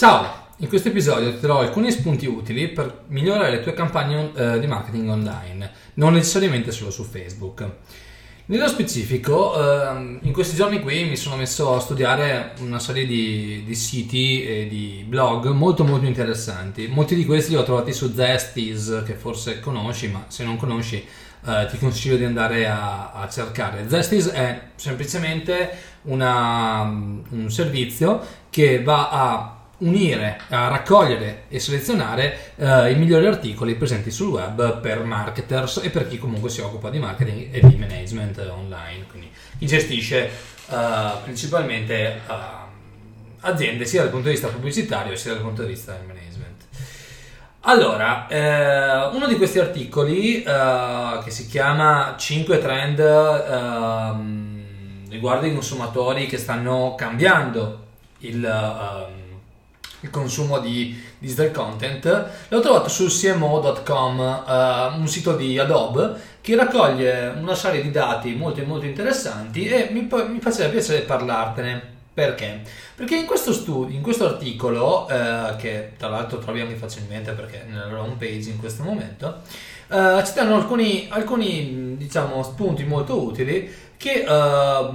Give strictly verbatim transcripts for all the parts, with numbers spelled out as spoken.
Ciao! In questo episodio ti darò alcuni spunti utili per migliorare le tue campagne eh, di marketing online, non necessariamente solo su Facebook. Nello specifico, eh, in questi giorni qui mi sono messo a studiare una serie di, di siti e di blog molto molto interessanti. Molti di questi li ho trovati su Zestis, che forse conosci, ma se non conosci eh, ti consiglio di andare a, a cercare. Zestis è semplicemente una, un servizio che va a unire, a raccogliere e selezionare eh, i migliori articoli presenti sul web per marketers e per chi comunque si occupa di marketing e di management online, quindi chi gestisce eh, principalmente eh, aziende sia dal punto di vista pubblicitario sia dal punto di vista del management. Allora, eh, uno di questi articoli eh, che si chiama cinque trend eh, riguardo i consumatori che stanno cambiando il eh, il consumo di digital content, l'ho trovato sul C M O punto com, uh, un sito di Adobe che raccoglie una serie di dati molto molto interessanti e mi, mi faceva piacere parlartene. Perché? Perché in questo studio, in questo articolo, uh, che tra l'altro troviamo facilmente perché nella home page in questo momento, uh, ci danno alcuni, alcuni diciamo spunti molto utili che uh,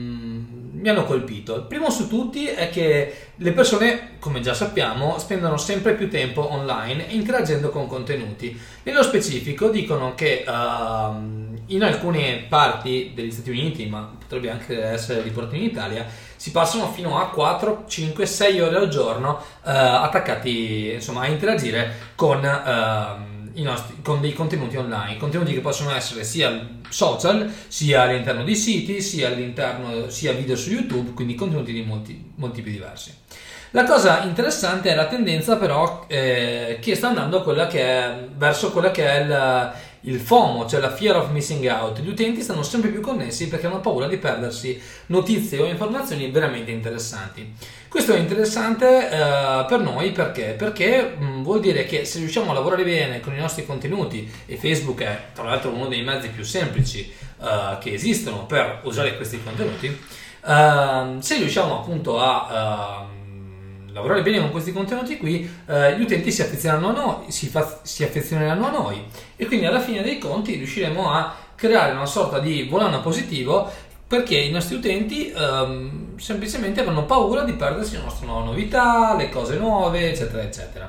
mi hanno colpito. Il primo su tutti è che le persone, come già sappiamo, spendono sempre più tempo online interagendo con contenuti. Nello specifico dicono che uh, in alcune parti degli Stati Uniti, ma potrebbe anche essere riportato in Italia, si passano fino a quattro, cinque, sei ore al giorno uh, attaccati, insomma, a interagire con uh, I nostri, con dei contenuti online, contenuti che possono essere sia social, sia all'interno di siti, sia all'interno, sia video su YouTube, quindi contenuti di molti, molti tipi diversi. La cosa interessante è la tendenza però eh, che sta andando quella che è, verso quella che è il, il FOMO, cioè la fear of missing out. Gli utenti stanno sempre più connessi perché hanno paura di perdersi notizie o informazioni veramente interessanti. Questo è interessante eh, per noi perché? Perché mh, vuol dire che se riusciamo a lavorare bene con i nostri contenuti, e Facebook è tra l'altro uno dei mezzi più semplici eh, che esistono per usare questi contenuti, eh, se riusciamo appunto a eh, lavorare bene con questi contenuti qui, eh, gli utenti si affezioneranno a noi, si, fa, si affezioneranno a noi e quindi alla fine dei conti riusciremo a creare una sorta di volano positivo, perché i nostri utenti um, semplicemente avranno paura di perdersi le nostre nuove novità, le cose nuove, eccetera, eccetera.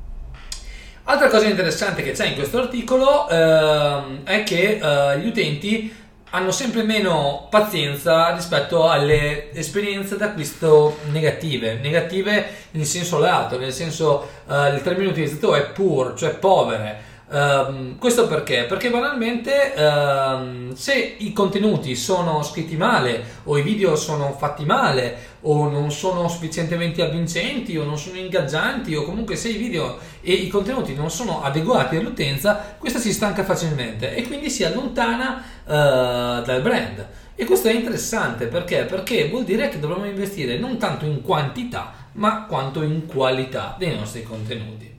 Altra cosa interessante che c'è in questo articolo uh, è che uh, gli utenti hanno sempre meno pazienza rispetto alle esperienze d'acquisto negative, negative in senso lato, nel senso uh, il termine utilizzato è poor, cioè povere. Uh, questo perché? Perché banalmente uh, se i contenuti sono scritti male o i video sono fatti male o non sono sufficientemente avvincenti o non sono ingaggianti o comunque se i video e i contenuti non sono adeguati all'utenza, questa si stanca facilmente e quindi si allontana uh, dal brand. E questo è interessante perché? Perché vuol dire che dovremmo investire non tanto in quantità ma quanto in qualità dei nostri contenuti.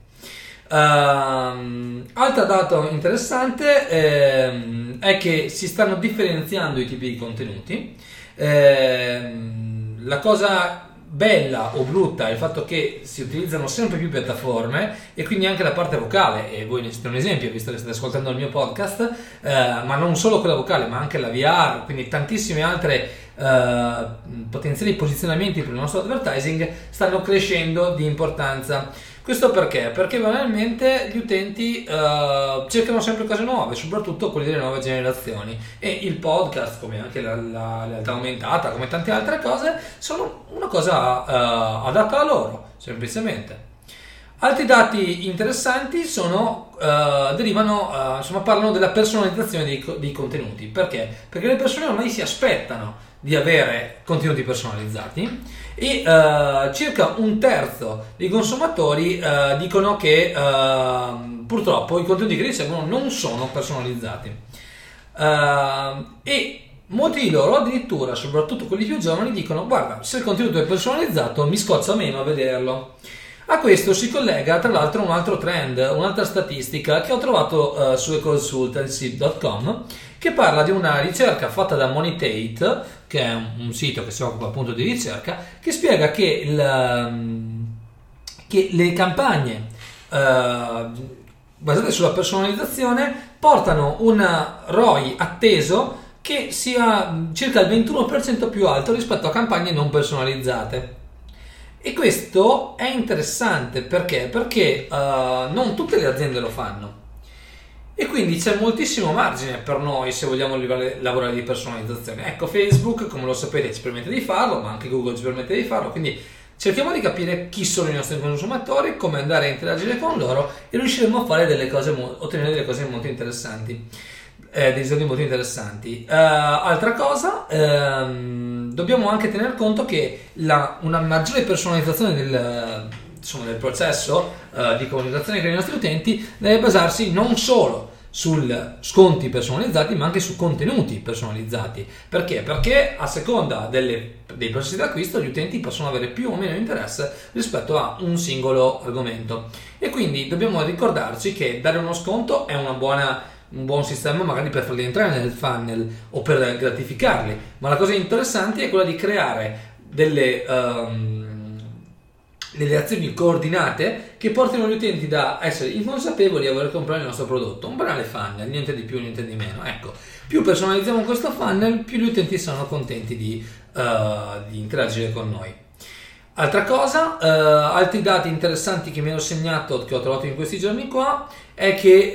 Uh, altra data interessante eh, è che si stanno differenziando i tipi di contenuti. Eh, la cosa bella o brutta è il fatto che si utilizzano sempre più piattaforme e quindi anche la parte vocale, e voi ne siete un esempio visto che state ascoltando il mio podcast, eh, ma non solo quella vocale ma anche la V R, quindi tantissime altre eh, potenziali posizionamenti per il nostro advertising stanno crescendo di importanza. Questo perché? Perché banalmente gli utenti uh, cercano sempre cose nuove, soprattutto quelli delle nuove generazioni, e il podcast, come anche la, la realtà aumentata, come tante altre cose, sono una cosa uh, adatta a loro, semplicemente. Altri dati interessanti sono, uh, derivano, uh, insomma, parlano della personalizzazione dei, dei contenuti. Perché? Perché le persone ormai si aspettano di avere contenuti personalizzati e uh, circa un terzo dei consumatori uh, dicono che uh, purtroppo i contenuti che ricevono non sono personalizzati uh, e molti di loro addirittura, soprattutto quelli più giovani, dicono: guarda, se il contenuto è personalizzato mi scoccia meno a vederlo. A questo si collega tra l'altro un altro trend, un'altra statistica che ho trovato uh, su e consultancy punto com, che parla di una ricerca fatta da Monitate, che è un, un sito che si occupa appunto di ricerca, che spiega che il, um, che le campagne eh, basate sulla personalizzazione portano un R O I atteso che sia circa il ventuno per cento più alto rispetto a campagne non personalizzate. E questo è interessante perché? Perché uh, non tutte le aziende lo fanno e quindi c'è moltissimo margine per noi se vogliamo lavorare di personalizzazione. Ecco, Facebook, come lo sapete, ci permette di farlo, ma anche Google ci permette di farlo, quindi cerchiamo di capire chi sono i nostri consumatori, come andare a interagire con loro e riusciremo a fare delle cose, ottenere delle cose molto interessanti, eh, dei risultati molto interessanti. Uh, altra cosa, ehm, dobbiamo anche tener conto che la, una maggiore personalizzazione del, insomma, del processo uh, di comunicazione con i nostri utenti deve basarsi non solo sul sconti personalizzati ma anche su contenuti personalizzati. Perché? Perché a seconda delle, dei processi di acquisto gli utenti possono avere più o meno interesse rispetto a un singolo argomento e quindi dobbiamo ricordarci che dare uno sconto è una buona, un buon sistema magari per farli entrare nel funnel o per gratificarli, ma la cosa interessante è quella di creare delle um, delle azioni coordinate che portino gli utenti da essere inconsapevoli a voler comprare il nostro prodotto. Un banale funnel, niente di più, niente di meno. Ecco, più personalizziamo questo funnel, più gli utenti saranno contenti di, uh, di interagire con noi. Altra cosa, uh, altri dati interessanti che mi ero segnato, che ho trovato in questi giorni qua, è che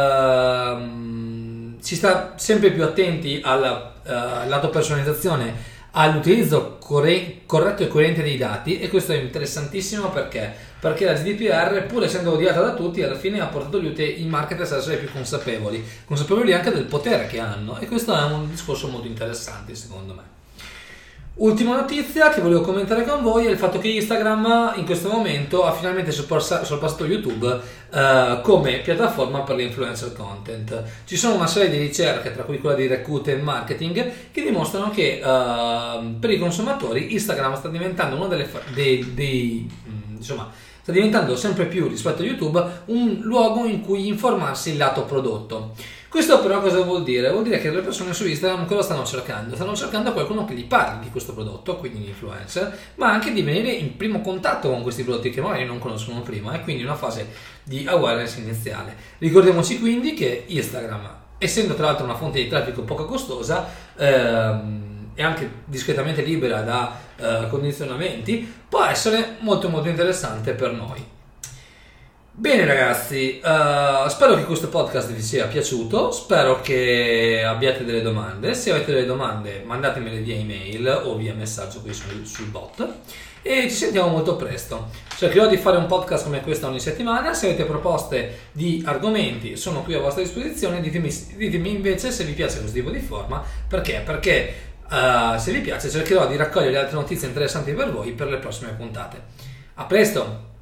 uh, si sta sempre più attenti al uh, lato personalizzazione, all'utilizzo corre- corretto e coerente dei dati, e questo è interessantissimo perché perché la G D P R, pur essendo odiata da tutti, alla fine ha portato gli utenti, i marketers a essere più consapevoli consapevoli anche del potere che hanno, e questo è un discorso molto interessante secondo me. Ultima notizia che volevo commentare con voi è il fatto che Instagram in questo momento ha finalmente sorpassato YouTube eh, come piattaforma per l'influencer content. Ci sono una serie di ricerche, tra cui quella di Recruit Marketing, che dimostrano che eh, per i consumatori Instagram sta diventando uno delle dei, dei insomma sta diventando sempre più rispetto a YouTube un luogo in cui informarsi il lato prodotto. Questo però cosa vuol dire? Vuol dire che le persone su Instagram cosa stanno cercando? Stanno cercando qualcuno che gli parli di questo prodotto, quindi un influencer, ma anche di venire in primo contatto con questi prodotti che magari non conoscono prima, e quindi una fase di awareness iniziale. Ricordiamoci quindi che Instagram, essendo tra l'altro una fonte di traffico poco costosa ehm, e anche discretamente libera da eh, condizionamenti, può essere molto molto interessante per noi. Bene ragazzi, uh, spero che questo podcast vi sia piaciuto, spero che abbiate delle domande. Se avete delle domande mandatemele via email o via messaggio qui sul, sul bot, e ci sentiamo molto presto. Cercherò di fare un podcast come questo ogni settimana. Se avete proposte di argomenti sono qui a vostra disposizione. Ditemi, ditemi invece se vi piace questo tipo di forma, perché? Perché uh, se vi piace cercherò di raccogliere altre notizie interessanti per voi per le prossime puntate. A presto!